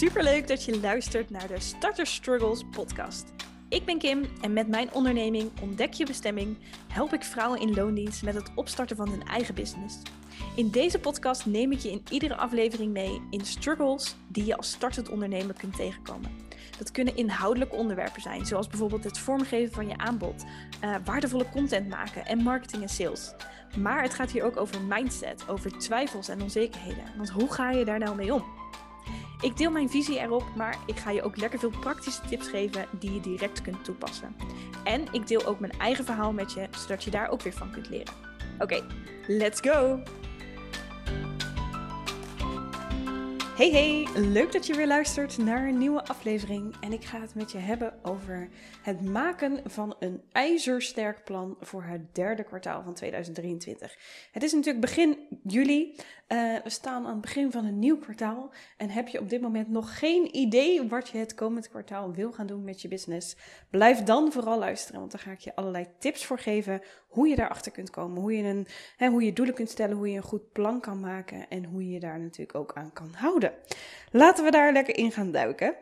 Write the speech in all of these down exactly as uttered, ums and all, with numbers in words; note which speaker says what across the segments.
Speaker 1: Superleuk dat je luistert naar de Starter Struggles podcast. Ik ben Kim en met mijn onderneming Ontdek je bestemming help ik vrouwen in loondienst met het opstarten van hun eigen business. In deze podcast neem ik je in iedere aflevering mee in struggles die je als startend ondernemer kunt tegenkomen. Dat kunnen inhoudelijke onderwerpen zijn, zoals bijvoorbeeld het vormgeven van je aanbod, uh, waardevolle content maken en marketing en sales. Maar het gaat hier ook over mindset, over twijfels en onzekerheden. Want hoe ga je daar nou mee om? Ik deel mijn visie erop, maar ik ga je ook lekker veel praktische tips geven die je direct kunt toepassen. En ik deel ook mijn eigen verhaal met je, zodat je daar ook weer van kunt leren. Oké, okay, let's go! Hey hey, leuk dat je weer luistert naar een nieuwe aflevering. En ik ga het met je hebben over het maken van een ijzersterk plan voor het derde kwartaal van tweeduizend drieëntwintig. Het is natuurlijk begin juli. Uh, we staan aan het begin van een nieuw kwartaal. En heb je op dit moment nog geen idee wat je het komend kwartaal wil gaan doen met je business? Blijf dan vooral luisteren, want dan ga ik je allerlei tips voor geven hoe je daarachter kunt komen. Hoe je, een, hè, hoe je doelen kunt stellen, hoe je een goed plan kan maken en hoe je je daar natuurlijk ook aan kan houden. Laten we daar lekker in gaan duiken.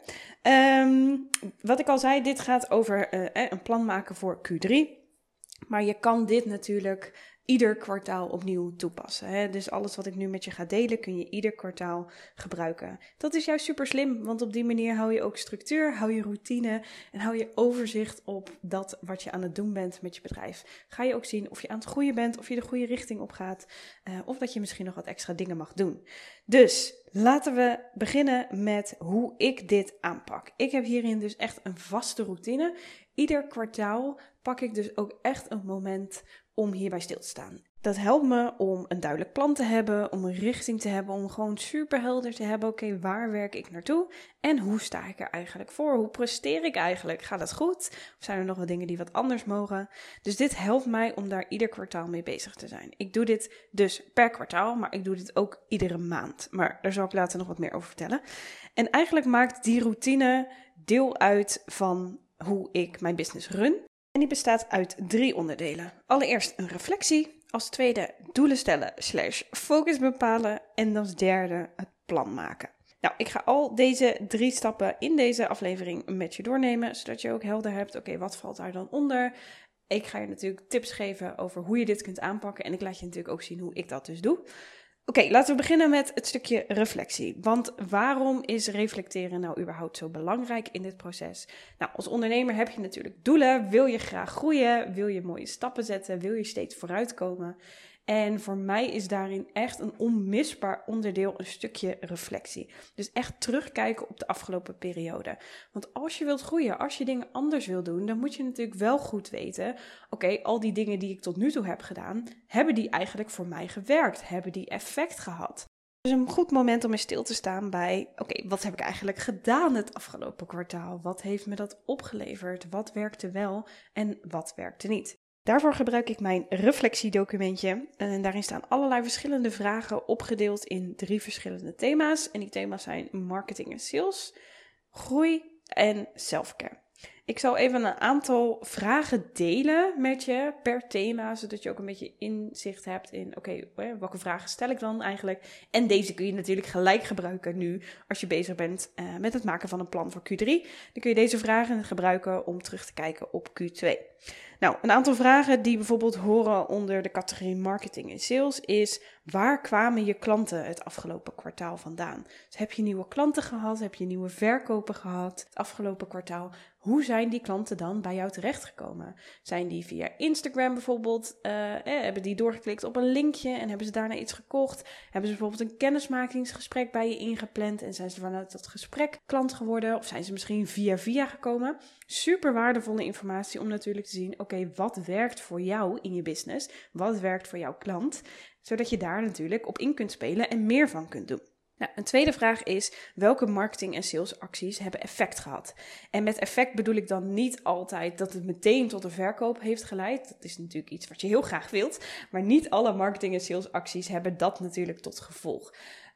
Speaker 1: Um, wat ik al zei, dit gaat over uh, een plan maken voor Q drie. Maar je kan dit natuurlijk ieder kwartaal opnieuw toepassen. Hè? Dus alles wat ik nu met je ga delen, kun je ieder kwartaal gebruiken. Dat is juist super slim, want op die manier hou je ook structuur, hou je routine en hou je overzicht op dat wat je aan het doen bent met je bedrijf. Ga je ook zien of je aan het groeien bent, of je de goede richting op gaat, uh, of dat je misschien nog wat extra dingen mag doen. Dus laten we beginnen met hoe ik dit aanpak. Ik heb hierin dus echt een vaste routine. Ieder kwartaal pak ik dus ook echt een moment om hierbij stil te staan. Dat helpt me om een duidelijk plan te hebben, om een richting te hebben, om gewoon super helder te hebben, oké, okay, waar werk ik naartoe en hoe sta ik er eigenlijk voor? Hoe presteer ik eigenlijk? Gaat het goed? Of zijn er nog wat dingen die wat anders mogen? Dus dit helpt mij om daar ieder kwartaal mee bezig te zijn. Ik doe dit dus per kwartaal, maar ik doe dit ook iedere maand. Maar daar zal ik later nog wat meer over vertellen. En eigenlijk maakt die routine deel uit van hoe ik mijn business run. En die bestaat uit drie onderdelen. Allereerst een reflectie. Als tweede doelen stellen slash focus bepalen. En als derde het plan maken. Nou, ik ga al deze drie stappen in deze aflevering met je doornemen. Zodat je ook helder hebt, oké, okay, wat valt daar dan onder? Ik ga je natuurlijk tips geven over hoe je dit kunt aanpakken. En ik laat je natuurlijk ook zien hoe ik dat dus doe. Oké, okay, laten we beginnen met het stukje reflectie. Want waarom is reflecteren nou überhaupt zo belangrijk in dit proces? Nou, als ondernemer heb je natuurlijk doelen. Wil je graag groeien? Wil je mooie stappen zetten? Wil je steeds vooruitkomen? En voor mij is daarin echt een onmisbaar onderdeel een stukje reflectie. Dus echt terugkijken op de afgelopen periode. Want als je wilt groeien, als je dingen anders wilt doen, dan moet je natuurlijk wel goed weten, oké, okay, al die dingen die ik tot nu toe heb gedaan, hebben die eigenlijk voor mij gewerkt? Hebben die effect gehad? Dus een goed moment om eens stil te staan bij, oké, okay, wat heb ik eigenlijk gedaan het afgelopen kwartaal? Wat heeft me dat opgeleverd? Wat werkte wel en wat werkte niet? Daarvoor gebruik ik mijn reflectiedocumentje en daarin staan allerlei verschillende vragen opgedeeld in drie verschillende thema's. En die thema's zijn marketing en sales, groei en selfcare. Ik zal even een aantal vragen delen met je per thema, zodat je ook een beetje inzicht hebt in, oké, okay, welke vragen stel ik dan eigenlijk? En deze kun je natuurlijk gelijk gebruiken nu als je bezig bent uh, met het maken van een plan voor Q drie. Dan kun je deze vragen gebruiken om terug te kijken op Q twee. Nou, een aantal vragen die bijvoorbeeld horen onder de categorie marketing en sales is, waar kwamen je klanten het afgelopen kwartaal vandaan? Dus heb je nieuwe klanten gehad? Heb je nieuwe verkopen gehad het afgelopen kwartaal? Hoe zijn die klanten dan bij jou terechtgekomen? Zijn die via Instagram bijvoorbeeld, uh, eh, hebben die doorgeklikt op een linkje en hebben ze daarna iets gekocht? Hebben ze bijvoorbeeld een kennismakingsgesprek bij je ingepland en zijn ze vanuit dat gesprek klant geworden? Of zijn ze misschien via via gekomen? Super waardevolle informatie om natuurlijk te zien, oké, okay, wat werkt voor jou in je business? Wat werkt voor jouw klant? Zodat je daar natuurlijk op in kunt spelen en meer van kunt doen. Nou, een tweede vraag is, welke marketing- en salesacties hebben effect gehad? En met effect bedoel ik dan niet altijd dat het meteen tot een verkoop heeft geleid. Dat is natuurlijk iets wat je heel graag wilt. Maar niet alle marketing- en salesacties hebben dat natuurlijk tot gevolg.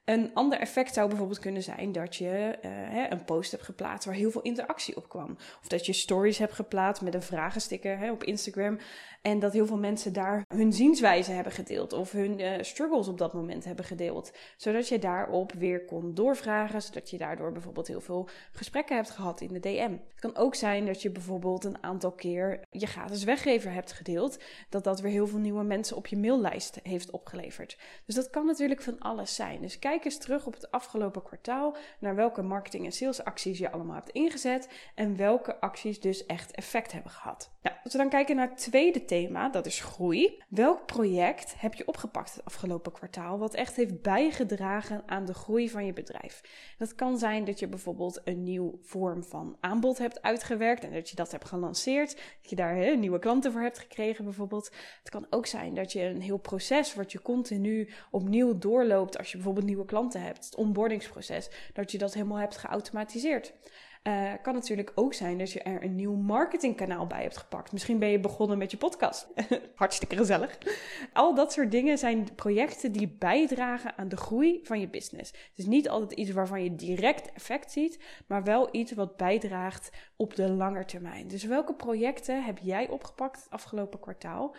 Speaker 1: Een ander effect zou bijvoorbeeld kunnen zijn dat je uh, een post hebt geplaatst waar heel veel interactie op kwam. Of dat je stories hebt geplaatst met een vragensticker hè, op Instagram. En dat heel veel mensen daar hun zienswijze hebben gedeeld. Of hun uh, struggles op dat moment hebben gedeeld. Zodat je daarop weer kon doorvragen. Zodat je daardoor bijvoorbeeld heel veel gesprekken hebt gehad in de D M. Het kan ook zijn dat je bijvoorbeeld een aantal keer je gratis weggever hebt gedeeld. Dat dat weer heel veel nieuwe mensen op je maillijst heeft opgeleverd. Dus dat kan natuurlijk van alles zijn. Dus kijk eens terug op het afgelopen kwartaal. Naar welke marketing- en salesacties je allemaal hebt ingezet. En welke acties dus echt effect hebben gehad. Nou, als we dan kijken naar het tweede thema, dat is groei. Welk project heb je opgepakt het afgelopen kwartaal wat echt heeft bijgedragen aan de groei van je bedrijf? Dat kan zijn dat je bijvoorbeeld een nieuw vorm van aanbod hebt uitgewerkt en dat je dat hebt gelanceerd. Dat je daar he, nieuwe klanten voor hebt gekregen bijvoorbeeld. Het kan ook zijn dat je een heel proces wat je continu opnieuw doorloopt als je bijvoorbeeld nieuwe klanten hebt. Het onboardingsproces, dat je dat helemaal hebt geautomatiseerd. Uh, kan natuurlijk ook zijn dat je er een nieuw marketingkanaal bij hebt gepakt. Misschien ben je begonnen met je podcast. Hartstikke gezellig. Al dat soort dingen zijn projecten die bijdragen aan de groei van je business. Het is niet altijd iets waarvan je direct effect ziet, maar wel iets wat bijdraagt op de lange termijn. Dus welke projecten heb jij opgepakt het afgelopen kwartaal?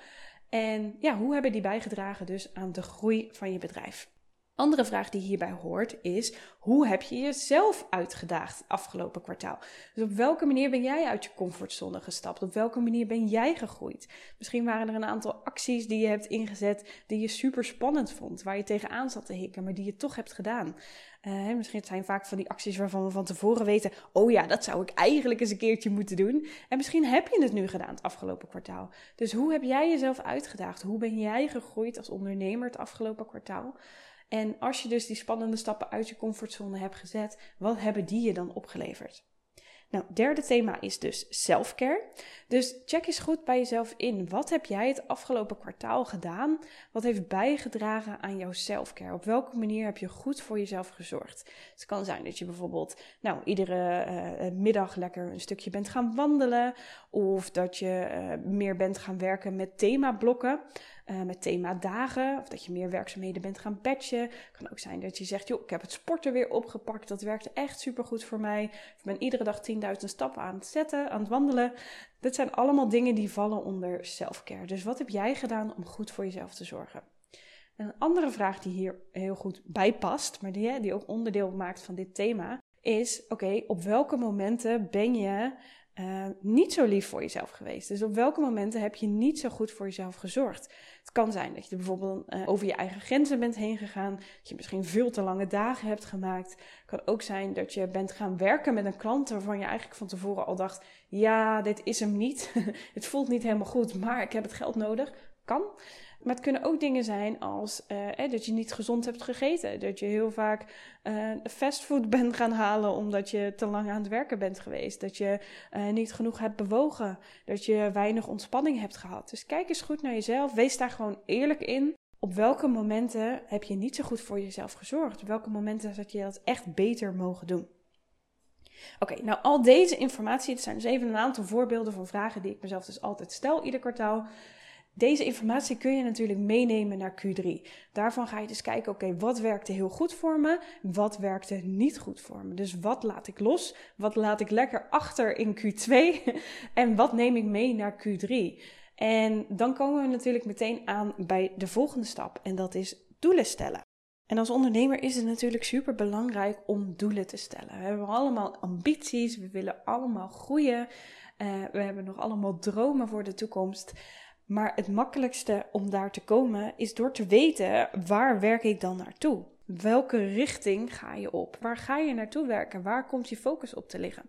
Speaker 1: En ja, hoe hebben die bijgedragen dus aan de groei van je bedrijf? Andere vraag die hierbij hoort is, hoe heb je jezelf uitgedaagd het afgelopen kwartaal? Dus op welke manier ben jij uit je comfortzone gestapt? Op welke manier ben jij gegroeid? Misschien waren er een aantal acties die je hebt ingezet die je super spannend vond, waar je tegenaan zat te hikken, maar die je toch hebt gedaan. Uh, misschien zijn vaak van die acties waarvan we van tevoren weten, oh ja, dat zou ik eigenlijk eens een keertje moeten doen. En misschien heb je het nu gedaan het afgelopen kwartaal. Dus hoe heb jij jezelf uitgedaagd? Hoe ben jij gegroeid als ondernemer het afgelopen kwartaal? En als je dus die spannende stappen uit je comfortzone hebt gezet, wat hebben die je dan opgeleverd? Nou, het derde thema is dus self-care. Dus check eens goed bij jezelf in. Wat heb jij het afgelopen kwartaal gedaan? Wat heeft bijgedragen aan jouw self-care? Op welke manier heb je goed voor jezelf gezorgd? Dus het kan zijn dat je bijvoorbeeld nou, iedere uh, middag lekker een stukje bent gaan wandelen. Of dat je uh, meer bent gaan werken met themablokken. Uh, met themadagen, of dat je meer werkzaamheden bent gaan batchen. Het kan ook zijn dat je zegt, joh, ik heb het sporten weer opgepakt. Dat werkte echt supergoed voor mij. Ik ben iedere dag tienduizend stappen aan het zetten, aan het wandelen. Dat zijn allemaal dingen die vallen onder self-care. Dus wat heb jij gedaan om goed voor jezelf te zorgen? En een andere vraag die hier heel goed bij past, maar die, die ook onderdeel maakt van dit thema, is, oké, okay, op welke momenten ben je Uh, niet zo lief voor jezelf geweest? Dus op welke momenten heb je niet zo goed voor jezelf gezorgd? Het kan zijn dat je bijvoorbeeld uh, over je eigen grenzen bent heen gegaan. Dat je misschien veel te lange dagen hebt gemaakt. Het kan ook zijn dat je bent gaan werken met een klant waarvan je eigenlijk van tevoren al dacht, ja, dit is hem niet. Het voelt niet helemaal goed, maar ik heb het geld nodig. Kan. Maar het kunnen ook dingen zijn als uh, eh, dat je niet gezond hebt gegeten. Dat je heel vaak uh, fastfood bent gaan halen omdat je te lang aan het werken bent geweest. Dat je uh, niet genoeg hebt bewogen. Dat je weinig ontspanning hebt gehad. Dus kijk eens goed naar jezelf. Wees daar gewoon eerlijk in. Op welke momenten heb je niet zo goed voor jezelf gezorgd? Op welke momenten had je dat echt beter mogen doen? Oké, okay, nou al deze informatie, het zijn dus even een aantal voorbeelden van vragen die ik mezelf dus altijd stel ieder kwartaal. Deze informatie kun je natuurlijk meenemen naar Q drie. Daarvan ga je dus kijken, oké, okay, wat werkte heel goed voor me? Wat werkte niet goed voor me? Dus wat laat ik los? Wat laat ik lekker achter in Q twee? En wat neem ik mee naar Q drie? En dan komen we natuurlijk meteen aan bij de volgende stap. En dat is doelen stellen. En als ondernemer is het natuurlijk super belangrijk om doelen te stellen. We hebben allemaal ambities, we willen allemaal groeien. Uh, we hebben nog allemaal dromen voor de toekomst. Maar het makkelijkste om daar te komen is door te weten, waar werk ik dan naartoe? Welke richting ga je op? Waar ga je naartoe werken? Waar komt je focus op te liggen?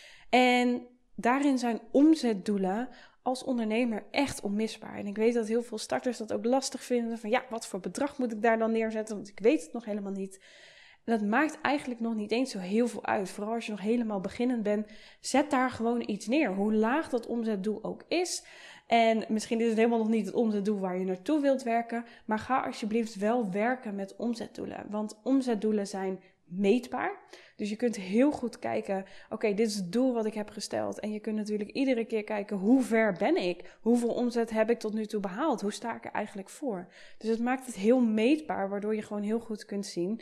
Speaker 1: En daarin zijn omzetdoelen als ondernemer echt onmisbaar. En ik weet dat heel veel starters dat ook lastig vinden. Van ja, wat voor bedrag moet ik daar dan neerzetten? Want ik weet het nog helemaal niet. En dat maakt eigenlijk nog niet eens zo heel veel uit. Vooral als je nog helemaal beginnend bent, zet daar gewoon iets neer. Hoe laag dat omzetdoel ook is. En misschien is het helemaal nog niet het omzetdoel waar je naartoe wilt werken. Maar ga alsjeblieft wel werken met omzetdoelen. Want omzetdoelen zijn meetbaar. Dus je kunt heel goed kijken, oké, okay, dit is het doel wat ik heb gesteld. En je kunt natuurlijk iedere keer kijken, hoe ver ben ik? Hoeveel omzet heb ik tot nu toe behaald? Hoe sta ik er eigenlijk voor? Dus het maakt het heel meetbaar, waardoor je gewoon heel goed kunt zien,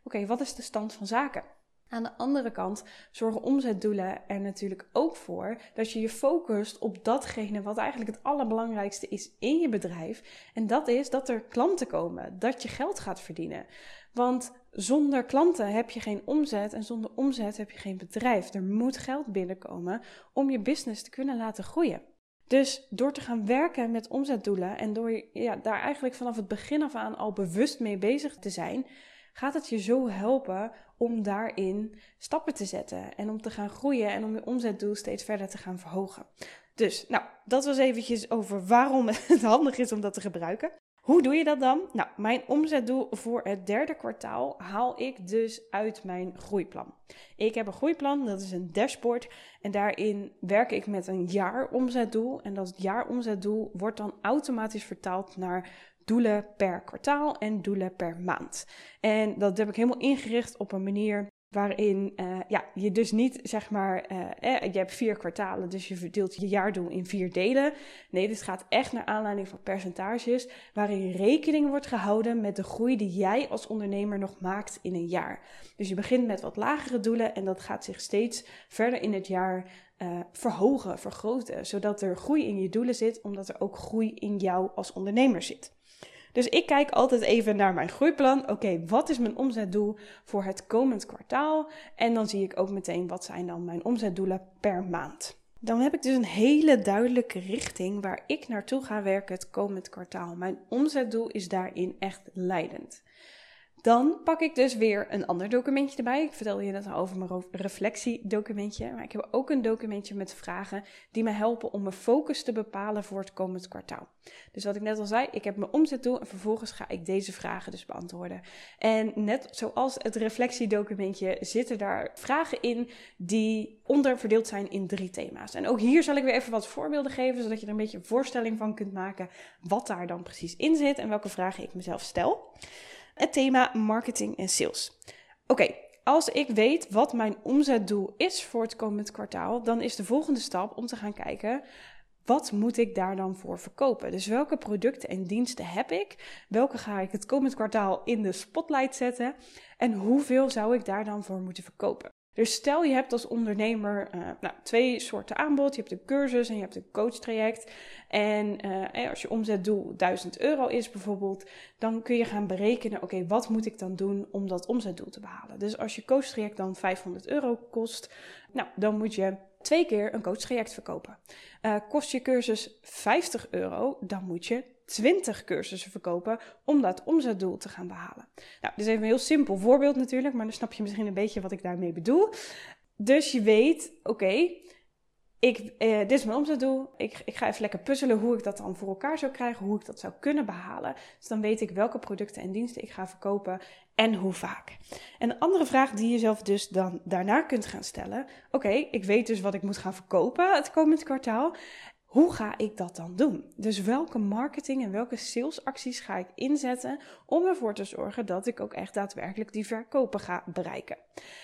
Speaker 1: oké, wat is de stand van zaken? Aan de andere kant zorgen omzetdoelen er natuurlijk ook voor dat je je focust op datgene wat eigenlijk het allerbelangrijkste is in je bedrijf. En dat is dat er klanten komen, dat je geld gaat verdienen. Want zonder klanten heb je geen omzet en zonder omzet heb je geen bedrijf. Er moet geld binnenkomen om je business te kunnen laten groeien. Dus door te gaan werken met omzetdoelen en door ja, daar eigenlijk vanaf het begin af aan al bewust mee bezig te zijn, gaat het je zo helpen om daarin stappen te zetten en om te gaan groeien en om je omzetdoel steeds verder te gaan verhogen. Dus, nou, dat was eventjes over waarom het handig is om dat te gebruiken. Hoe doe je dat dan? Nou, mijn omzetdoel voor het derde kwartaal haal ik dus uit mijn groeiplan. Ik heb een groeiplan, dat is een dashboard en daarin werk ik met een jaaromzetdoel. En dat jaaromzetdoel wordt dan automatisch vertaald naar doelen per kwartaal en doelen per maand. En dat heb ik helemaal ingericht op een manier waarin uh, ja, je dus niet, zeg maar, uh, eh, je hebt vier kwartalen, dus je verdeelt je jaardoel in vier delen. Nee, dit gaat echt naar aanleiding van percentages, waarin rekening wordt gehouden met de groei die jij als ondernemer nog maakt in een jaar. Dus je begint met wat lagere doelen en dat gaat zich steeds verder in het jaar uh, verhogen, vergroten, zodat er groei in je doelen zit, omdat er ook groei in jou als ondernemer zit. Dus ik kijk altijd even naar mijn groeiplan. Oké, okay, wat is mijn omzetdoel voor het komend kwartaal? En dan zie ik ook meteen wat zijn dan mijn omzetdoelen per maand. Dan heb ik dus een hele duidelijke richting waar ik naartoe ga werken het komend kwartaal. Mijn omzetdoel is daarin echt leidend. Dan pak ik dus weer een ander documentje erbij. Ik vertelde je net al over mijn reflectiedocumentje. Maar ik heb ook een documentje met vragen die me helpen om mijn focus te bepalen voor het komend kwartaal. Dus wat ik net al zei, ik heb mijn omzetdoel en vervolgens ga ik deze vragen dus beantwoorden. En net zoals het reflectiedocumentje zitten daar vragen in die onderverdeeld zijn in drie thema's. En ook hier zal ik weer even wat voorbeelden geven, zodat je er een beetje een voorstelling van kunt maken wat daar dan precies in zit en welke vragen ik mezelf stel. Het thema marketing en sales. Oké, okay, als ik weet wat mijn omzetdoel is voor het komend kwartaal, dan is de volgende stap om te gaan kijken, wat moet ik daar dan voor verkopen? Dus welke producten en diensten heb ik? Welke ga ik het komend kwartaal in de spotlight zetten? En hoeveel zou ik daar dan voor moeten verkopen? Dus stel je hebt als ondernemer uh, nou, twee soorten aanbod. Je hebt een cursus en je hebt een coachtraject. En uh, als je omzetdoel duizend euro is bijvoorbeeld, dan kun je gaan berekenen, oké, okay, wat moet ik dan doen om dat omzetdoel te behalen? Dus als je coachtraject dan vijfhonderd euro kost, nou, dan moet je twee keer een coachtraject verkopen. Uh, kost je cursus vijftig euro, dan moet je twintig cursussen verkopen om dat omzetdoel te gaan behalen. Nou, dit is even een heel simpel voorbeeld natuurlijk, maar dan snap je misschien een beetje wat ik daarmee bedoel. Dus je weet, oké, okay, ik, eh, dit is mijn omzetdoel. Ik, ik ga even lekker puzzelen hoe ik dat dan voor elkaar zou krijgen, hoe ik dat zou kunnen behalen. Dus dan weet ik welke producten en diensten ik ga verkopen en hoe vaak. En een andere vraag die je zelf dus dan daarna kunt gaan stellen. Oké, okay, ik weet dus wat ik moet gaan verkopen het komend kwartaal. Hoe ga ik dat dan doen? Dus welke marketing en welke salesacties ga ik inzetten om ervoor te zorgen dat ik ook echt daadwerkelijk die verkopen ga bereiken?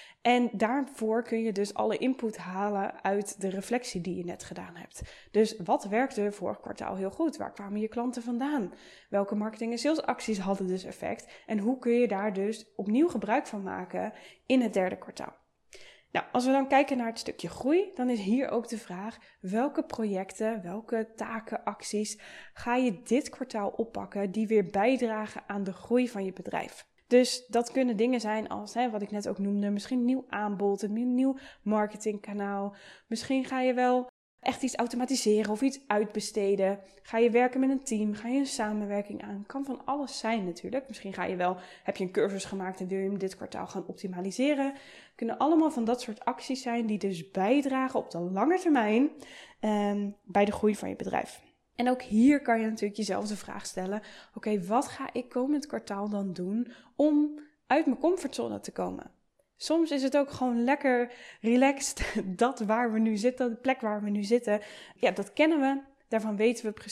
Speaker 1: En daarvoor kun je dus alle input halen uit de reflectie die je net gedaan hebt. Dus wat werkte vorig kwartaal heel goed? Waar kwamen je klanten vandaan? Welke marketing en salesacties hadden dus effect? En hoe kun je daar dus opnieuw gebruik van maken in het derde kwartaal? Nou, als we dan kijken naar het stukje groei, dan is hier ook de vraag, welke projecten, welke taken, acties ga je dit kwartaal oppakken die weer bijdragen aan de groei van je bedrijf? Dus dat kunnen dingen zijn als, hè, wat ik net ook noemde, misschien een nieuw aanbod, een nieuw marketingkanaal. Misschien ga je wel echt iets automatiseren of iets uitbesteden. Ga je werken met een team, ga je een samenwerking aan. Kan van alles zijn natuurlijk. Misschien ga je wel, heb je een cursus gemaakt en wil je hem dit kwartaal gaan optimaliseren. Kunnen allemaal van dat soort acties zijn die dus bijdragen op de lange termijn um, bij de groei van je bedrijf. En ook hier kan je natuurlijk jezelf de vraag stellen, oké, okay, wat ga ik komend kwartaal dan doen om uit mijn comfortzone te komen? Soms is het ook gewoon lekker relaxed, dat waar we nu zitten, de plek waar we nu zitten. Ja, dat kennen we, daarvan weten we precies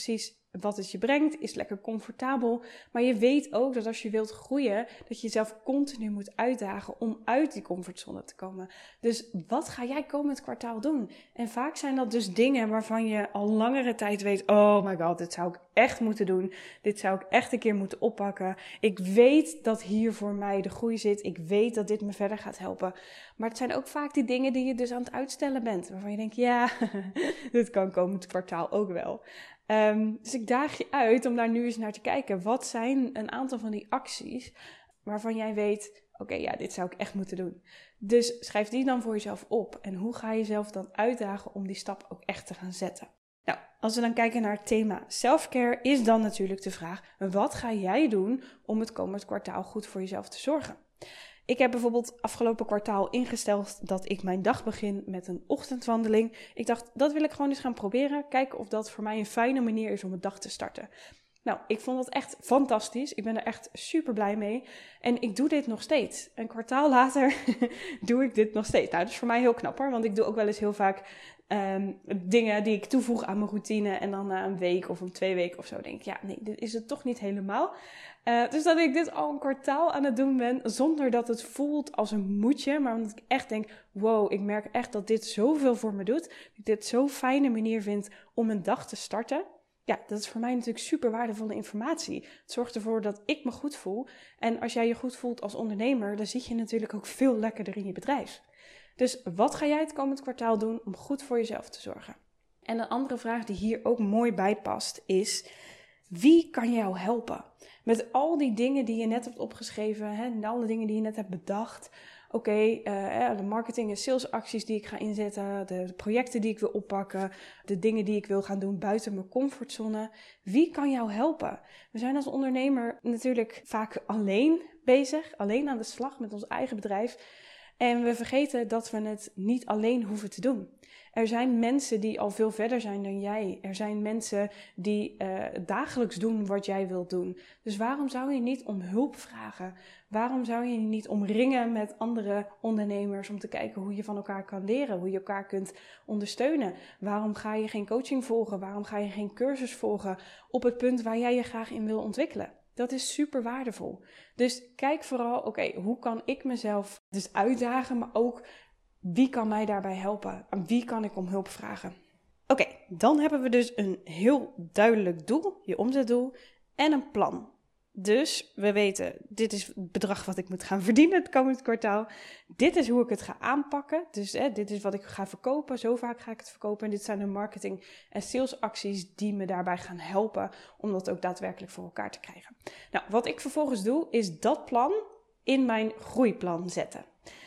Speaker 1: wat het je brengt, is lekker comfortabel. Maar je weet ook dat als je wilt groeien, dat je jezelf continu moet uitdagen om uit die comfortzone te komen. Dus wat ga jij komend kwartaal doen? En vaak zijn dat dus dingen waarvan je al langere tijd weet, oh my god, dit zou ik echt moeten doen. Dit zou ik echt een keer moeten oppakken. Ik weet dat hier voor mij de groei zit. Ik weet dat dit me verder gaat helpen. Maar het zijn ook vaak die dingen die je dus aan het uitstellen bent. Waarvan je denkt, ja, dit kan komend kwartaal ook wel. Um, dus ik daag je uit om daar nu eens naar te kijken. Wat zijn een aantal van die acties waarvan jij weet, oké, okay, ja, dit zou ik echt moeten doen. Dus schrijf die dan voor jezelf op. En hoe ga je jezelf dan uitdagen om die stap ook echt te gaan zetten? Nou, als we dan kijken naar het thema selfcare, is dan natuurlijk de vraag, wat ga jij doen om het komend kwartaal goed voor jezelf te zorgen? Ik heb bijvoorbeeld afgelopen kwartaal ingesteld dat ik mijn dag begin met een ochtendwandeling. Ik dacht, dat wil ik gewoon eens gaan proberen. Kijken of dat voor mij een fijne manier is om een dag te starten. Nou, ik vond dat echt fantastisch. Ik ben er echt super blij mee. En ik doe dit nog steeds. Een kwartaal later doe ik dit nog steeds. Nou, dat is voor mij heel knap hoor. Want ik doe ook wel eens heel vaak um, dingen die ik toevoeg aan mijn routine. En dan na een week of om twee weken of zo denk ik, ja, nee, dit is het toch niet helemaal. Uh, dus dat ik dit al een kwartaal aan het doen ben, zonder dat het voelt als een moedje. Maar omdat ik echt denk, wow, ik merk echt dat dit zoveel voor me doet. Dat ik dit zo'n fijne manier vind om een dag te starten. Ja, dat is voor mij natuurlijk super waardevolle informatie. Het zorgt ervoor dat ik me goed voel. En als jij je goed voelt als ondernemer, dan zit je natuurlijk ook veel lekkerder in je bedrijf. Dus wat ga jij het komend kwartaal doen om goed voor jezelf te zorgen? En een andere vraag die hier ook mooi bij past is, wie kan jou helpen? Met al die dingen die je net hebt opgeschreven, hè, en alle dingen die je net hebt bedacht. Oké, okay, uh, de marketing en salesacties die ik ga inzetten, de, de projecten die ik wil oppakken, de dingen die ik wil gaan doen buiten mijn comfortzone. Wie kan jou helpen? We zijn als ondernemer natuurlijk vaak alleen bezig, alleen aan de slag met ons eigen bedrijf. En we vergeten dat we het niet alleen hoeven te doen. Er zijn mensen die al veel verder zijn dan jij. Er zijn mensen die uh, dagelijks doen wat jij wilt doen. Dus waarom zou je niet om hulp vragen? Waarom zou je niet omringen met andere ondernemers om te kijken hoe je van elkaar kan leren, hoe je elkaar kunt ondersteunen? Waarom ga je geen coaching volgen? Waarom ga je geen cursus volgen op het punt waar jij je graag in wil ontwikkelen? Dat is super waardevol. Dus kijk vooral, oké, okay, hoe kan ik mezelf dus uitdagen, maar ook wie kan mij daarbij helpen? Aan wie kan ik om hulp vragen? Oké, okay, dan hebben we dus een heel duidelijk doel, je omzetdoel en een plan. Dus we weten, dit is het bedrag wat ik moet gaan verdienen het komend kwartaal. Dit is hoe ik het ga aanpakken. Dus hè, dit is wat ik ga verkopen. Zo vaak ga ik het verkopen. En dit zijn de marketing- en salesacties die me daarbij gaan helpen om dat ook daadwerkelijk voor elkaar te krijgen. Nou, wat ik vervolgens doe, is dat plan in mijn groeiplan zetten.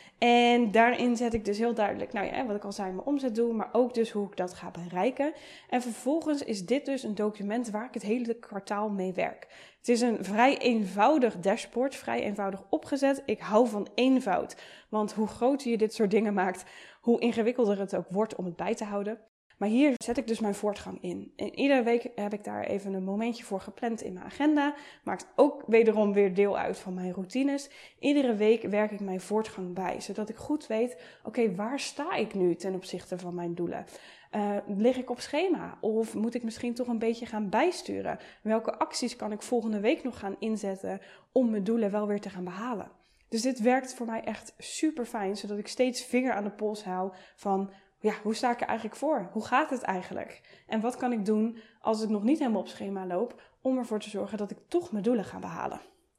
Speaker 1: En daarin zet ik dus heel duidelijk, nou ja, wat ik al zei, mijn omzetdoel, maar ook dus hoe ik dat ga bereiken. En vervolgens is dit dus een document waar ik het hele kwartaal mee werk. Het is een vrij eenvoudig dashboard, vrij eenvoudig opgezet. Ik hou van eenvoud, want hoe groter je dit soort dingen maakt, hoe ingewikkelder het ook wordt om het bij te houden. Maar hier zet ik dus mijn voortgang in. En iedere week heb ik daar even een momentje voor gepland in mijn agenda. Maakt ook wederom weer deel uit van mijn routines. Iedere week werk ik mijn voortgang bij. Zodat ik goed weet, oké, okay, waar sta ik nu ten opzichte van mijn doelen? Uh, lig ik op schema? Of moet ik misschien toch een beetje gaan bijsturen? Welke acties kan ik volgende week nog gaan inzetten om mijn doelen wel weer te gaan behalen? Dus dit werkt voor mij echt super fijn. Zodat ik steeds vinger aan de pols hou van, ja, hoe sta ik er eigenlijk voor? Hoe gaat het eigenlijk? En wat kan ik doen als ik nog niet helemaal op schema loop, om ervoor te zorgen dat ik toch mijn doelen ga behalen?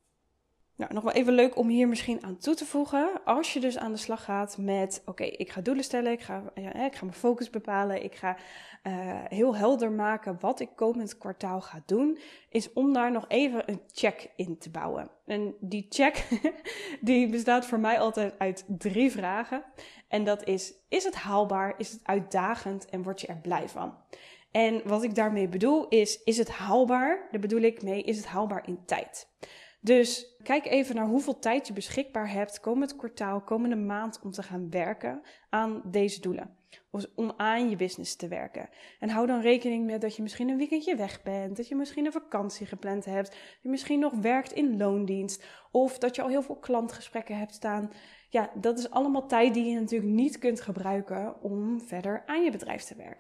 Speaker 1: Nou, nog wel even leuk om hier misschien aan toe te voegen. Als je dus aan de slag gaat met, oké, okay, ik ga doelen stellen, ik ga, ja, ik ga mijn focus bepalen, ik ga uh, heel helder maken wat ik komend kwartaal ga doen, is om daar nog even een check in te bouwen. En die check, die bestaat voor mij altijd uit drie vragen. En dat is, is het haalbaar, is het uitdagend en word je er blij van? En wat ik daarmee bedoel is, is het haalbaar? Daar bedoel ik mee, is het haalbaar in tijd? Dus kijk even naar hoeveel tijd je beschikbaar hebt komend kwartaal, komende maand om te gaan werken aan deze doelen. Of om aan je business te werken. En hou dan rekening met dat je misschien een weekendje weg bent, dat je misschien een vakantie gepland hebt, dat je misschien nog werkt in loondienst of dat je al heel veel klantgesprekken hebt staan. Ja, dat is allemaal tijd die je natuurlijk niet kunt gebruiken om verder aan je bedrijf te werken.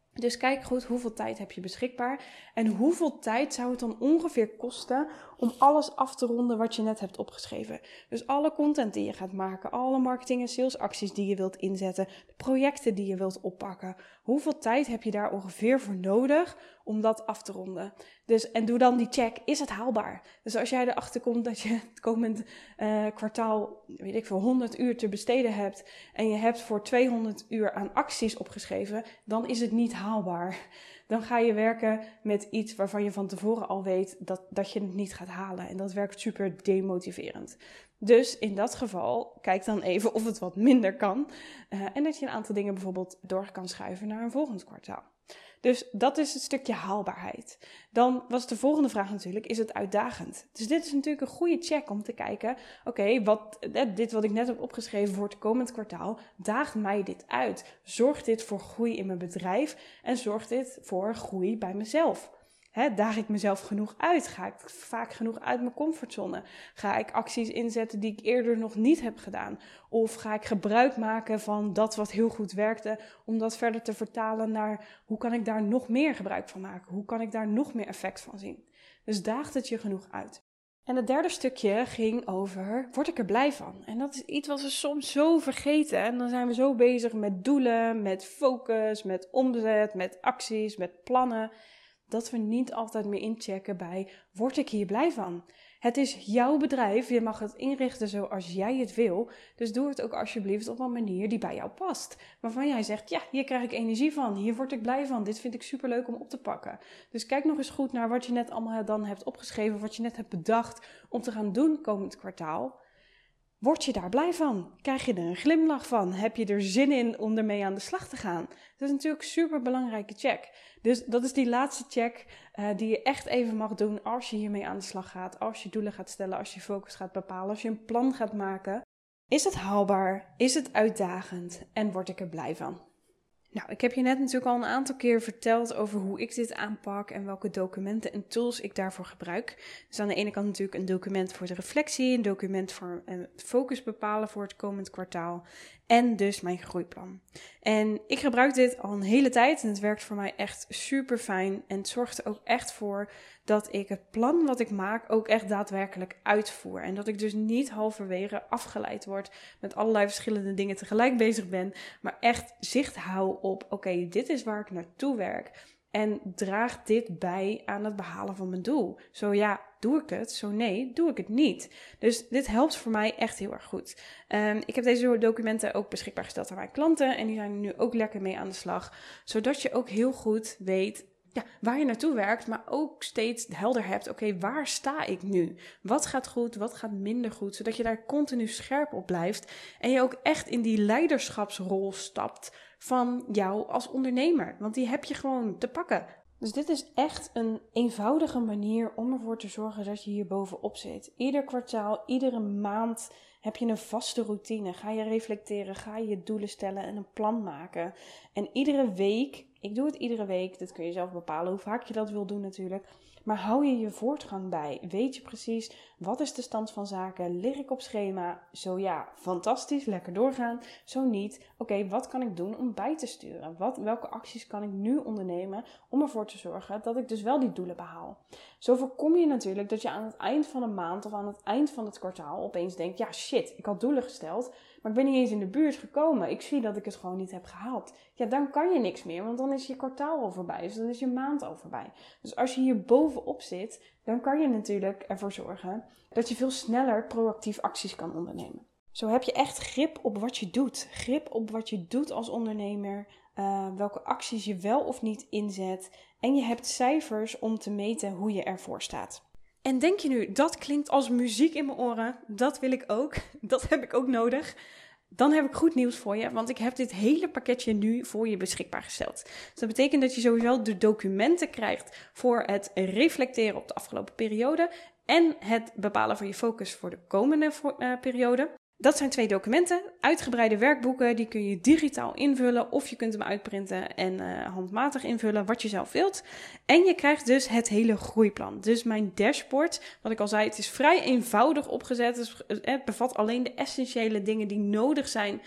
Speaker 1: Dus kijk goed hoeveel tijd heb je beschikbaar en hoeveel tijd zou het dan ongeveer kosten om alles af te ronden wat je net hebt opgeschreven. Dus alle content die je gaat maken, alle marketing- en salesacties die je wilt inzetten, de projecten die je wilt oppakken. Hoeveel tijd heb je daar ongeveer voor nodig om dat af te ronden? Dus, en doe dan die check, is het haalbaar? Dus als jij erachter komt dat je het komend uh, kwartaal, weet ik veel, honderd uur te besteden hebt en je hebt voor tweehonderd uur aan acties opgeschreven, dan is het niet haalbaar. Dan ga je werken met iets waarvan je van tevoren al weet dat, dat je het niet gaat halen. En dat werkt super demotiverend. Dus in dat geval, kijk dan even of het wat minder kan. Uh, en dat je een aantal dingen bijvoorbeeld door kan schuiven naar een volgend kwartaal. Dus dat is het stukje haalbaarheid. Dan was de volgende vraag natuurlijk, is het uitdagend? Dus dit is natuurlijk een goede check om te kijken, oké, okay, wat dit wat ik net heb opgeschreven voor het komend kwartaal, daagt mij dit uit? Zorgt dit voor groei in mijn bedrijf en zorgt dit voor groei bij mezelf? He, daag ik mezelf genoeg uit? Ga ik vaak genoeg uit mijn comfortzone? Ga ik acties inzetten die ik eerder nog niet heb gedaan? Of ga ik gebruik maken van dat wat heel goed werkte, om dat verder te vertalen naar hoe kan ik daar nog meer gebruik van maken? Hoe kan ik daar nog meer effect van zien? Dus daagt het je genoeg uit? En het derde stukje ging over, word ik er blij van? En dat is iets wat we soms zo vergeten. En dan zijn we zo bezig met doelen, met focus, met omzet, met acties, met plannen, dat we niet altijd meer inchecken bij, word ik hier blij van? Het is jouw bedrijf, je mag het inrichten zoals jij het wil. Dus doe het ook alsjeblieft op een manier die bij jou past. Waarvan jij zegt, ja, hier krijg ik energie van, hier word ik blij van, dit vind ik superleuk om op te pakken. Dus kijk nog eens goed naar wat je net allemaal dan hebt opgeschreven, wat je net hebt bedacht om te gaan doen komend kwartaal. Word je daar blij van? Krijg je er een glimlach van? Heb je er zin in om ermee aan de slag te gaan? Dat is natuurlijk een super belangrijke check. Dus dat is die laatste check uh, die je echt even mag doen als je hiermee aan de slag gaat. Als je doelen gaat stellen, als je focus gaat bepalen, als je een plan gaat maken. Is het haalbaar? Is het uitdagend? En word ik er blij van? Nou, ik heb je net natuurlijk al een aantal keer verteld over hoe ik dit aanpak en welke documenten en tools ik daarvoor gebruik. Dus aan de ene kant natuurlijk een document voor de reflectie, een document voor het focus bepalen voor het komend kwartaal en dus mijn groeiplan. En ik gebruik dit al een hele tijd en het werkt voor mij echt super fijn en het zorgt er ook echt voor dat ik het plan wat ik maak ook echt daadwerkelijk uitvoer. En dat ik dus niet halverwege afgeleid word met allerlei verschillende dingen tegelijk bezig ben, maar echt zicht hou op, oké, okay, dit is waar ik naartoe werk. En draag dit bij aan het behalen van mijn doel. Zo ja, doe ik het? Zo nee, doe ik het niet. Dus dit helpt voor mij echt heel erg goed. Um, ik heb deze documenten ook beschikbaar gesteld aan mijn klanten. En die zijn er nu ook lekker mee aan de slag. Zodat je ook heel goed weet ja, waar je naartoe werkt, maar ook steeds helder hebt, oké, okay, waar sta ik nu? Wat gaat goed, wat gaat minder goed? Zodat je daar continu scherp op blijft en je ook echt in die leiderschapsrol stapt van jou als ondernemer. Want die heb je gewoon te pakken. Dus dit is echt een eenvoudige manier om ervoor te zorgen dat je hier bovenop zit. Ieder kwartaal, iedere maand heb je een vaste routine. Ga je reflecteren, ga je je doelen stellen en een plan maken. En iedere week, ik doe het iedere week, dat kun je zelf bepalen hoe vaak je dat wil doen natuurlijk. Maar hou je je voortgang bij. Weet je precies, wat is de stand van zaken? Lig ik op schema? Zo ja, fantastisch, lekker doorgaan. Zo niet, oké, okay, wat kan ik doen om bij te sturen? Wat, welke acties kan ik nu ondernemen om ervoor te zorgen dat ik dus wel die doelen behaal? Zo voorkom je natuurlijk dat je aan het eind van een maand of aan het eind van het kwartaal opeens denkt, ja shit, ik had doelen gesteld, maar ik ben niet eens in de buurt gekomen. Ik zie dat ik het gewoon niet heb gehaald. Ja, dan kan je niks meer, want dan is je kwartaal al voorbij. Dus dan is je maand al voorbij. Dus als je hier bovenop zit, dan kan je natuurlijk ervoor zorgen dat je veel sneller proactief acties kan ondernemen. Zo heb je echt grip op wat je doet. Grip op wat je doet als ondernemer. Uh, welke acties je wel of niet inzet. En je hebt cijfers om te meten hoe je ervoor staat. En denk je nu, dat klinkt als muziek in mijn oren. Dat wil ik ook. Dat heb ik ook nodig. Dan heb ik goed nieuws voor je, want ik heb dit hele pakketje nu voor je beschikbaar gesteld. Dus dat betekent dat je sowieso de documenten krijgt voor het reflecteren op de afgelopen periode en het bepalen van je focus voor de komende uh, periode. Dat zijn twee documenten, uitgebreide werkboeken, die kun je digitaal invullen of je kunt hem uitprinten en uh, handmatig invullen wat je zelf wilt. En je krijgt dus het hele groeiplan. Dus mijn dashboard, wat ik al zei, het is vrij eenvoudig opgezet. Dus het bevat alleen de essentiële dingen die nodig zijn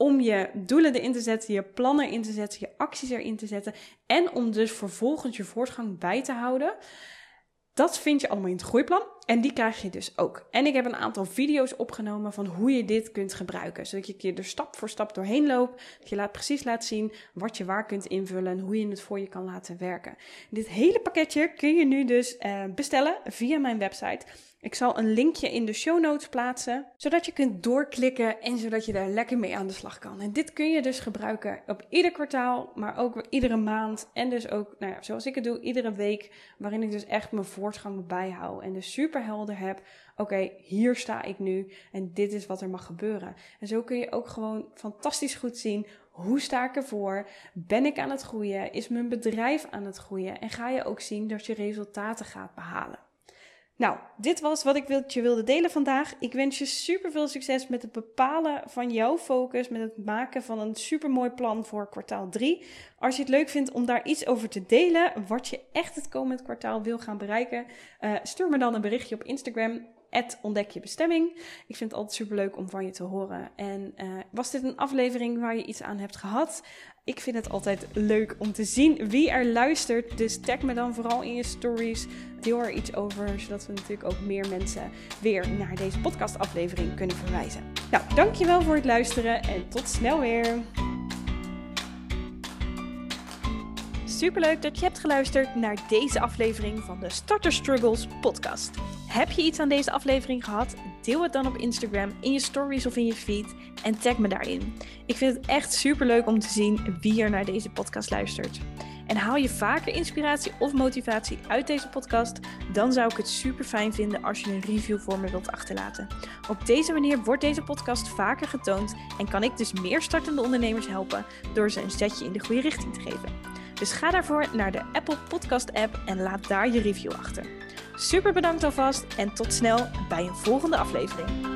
Speaker 1: om je doelen erin te zetten, je plannen erin te zetten, je acties erin te zetten en om dus vervolgens je voortgang bij te houden. Dat vind je allemaal in het groeiplan en die krijg je dus ook. En ik heb een aantal video's opgenomen van hoe je dit kunt gebruiken. Zodat je je er stap voor stap doorheen loopt. Dat je laat, precies laat zien wat je waar kunt invullen en hoe je het voor je kan laten werken. Dit hele pakketje kun je nu dus uh, bestellen via mijn website. Ik zal een linkje in de show notes plaatsen, zodat je kunt doorklikken en zodat je daar lekker mee aan de slag kan. En dit kun je dus gebruiken op ieder kwartaal, maar ook iedere maand. En dus ook, nou ja, zoals ik het doe, iedere week, waarin ik dus echt mijn voortgang bijhoud. En dus super helder heb, oké, okay, hier sta ik nu en dit is wat er mag gebeuren. En zo kun je ook gewoon fantastisch goed zien, hoe sta ik ervoor? Ben ik aan het groeien? Is mijn bedrijf aan het groeien? En ga je ook zien dat je resultaten gaat behalen. Nou, dit was wat ik je wilde delen vandaag. Ik wens je super veel succes met het bepalen van jouw focus, met het maken van een supermooi plan voor kwartaal drie. Als je het leuk vindt om daar iets over te delen, wat je echt het komend kwartaal wil gaan bereiken, uh, stuur me dan een berichtje op Instagram, at ontdek je bestemming. Ik vind het altijd superleuk om van je te horen. En uh, was dit een aflevering waar je iets aan hebt gehad? Ik vind het altijd leuk om te zien wie er luistert. Dus tag me dan vooral in je stories. Deel er iets over, zodat we natuurlijk ook meer mensen weer naar deze podcastaflevering kunnen verwijzen. Nou, dankjewel voor het luisteren en tot snel weer. Superleuk dat je hebt geluisterd naar deze aflevering van de Starter Struggles podcast. Heb je iets aan deze aflevering gehad? Deel het dan op Instagram, in je stories of in je feed en tag me daarin. Ik vind het echt superleuk om te zien wie er naar deze podcast luistert. En haal je vaker inspiratie of motivatie uit deze podcast, dan zou ik het super fijn vinden als je een review voor me wilt achterlaten. Op deze manier wordt deze podcast vaker getoond en kan ik dus meer startende ondernemers helpen door ze een zetje in de goede richting te geven. Dus ga daarvoor naar de Apple Podcast app en laat daar je review achter. Super bedankt alvast en tot snel bij een volgende aflevering.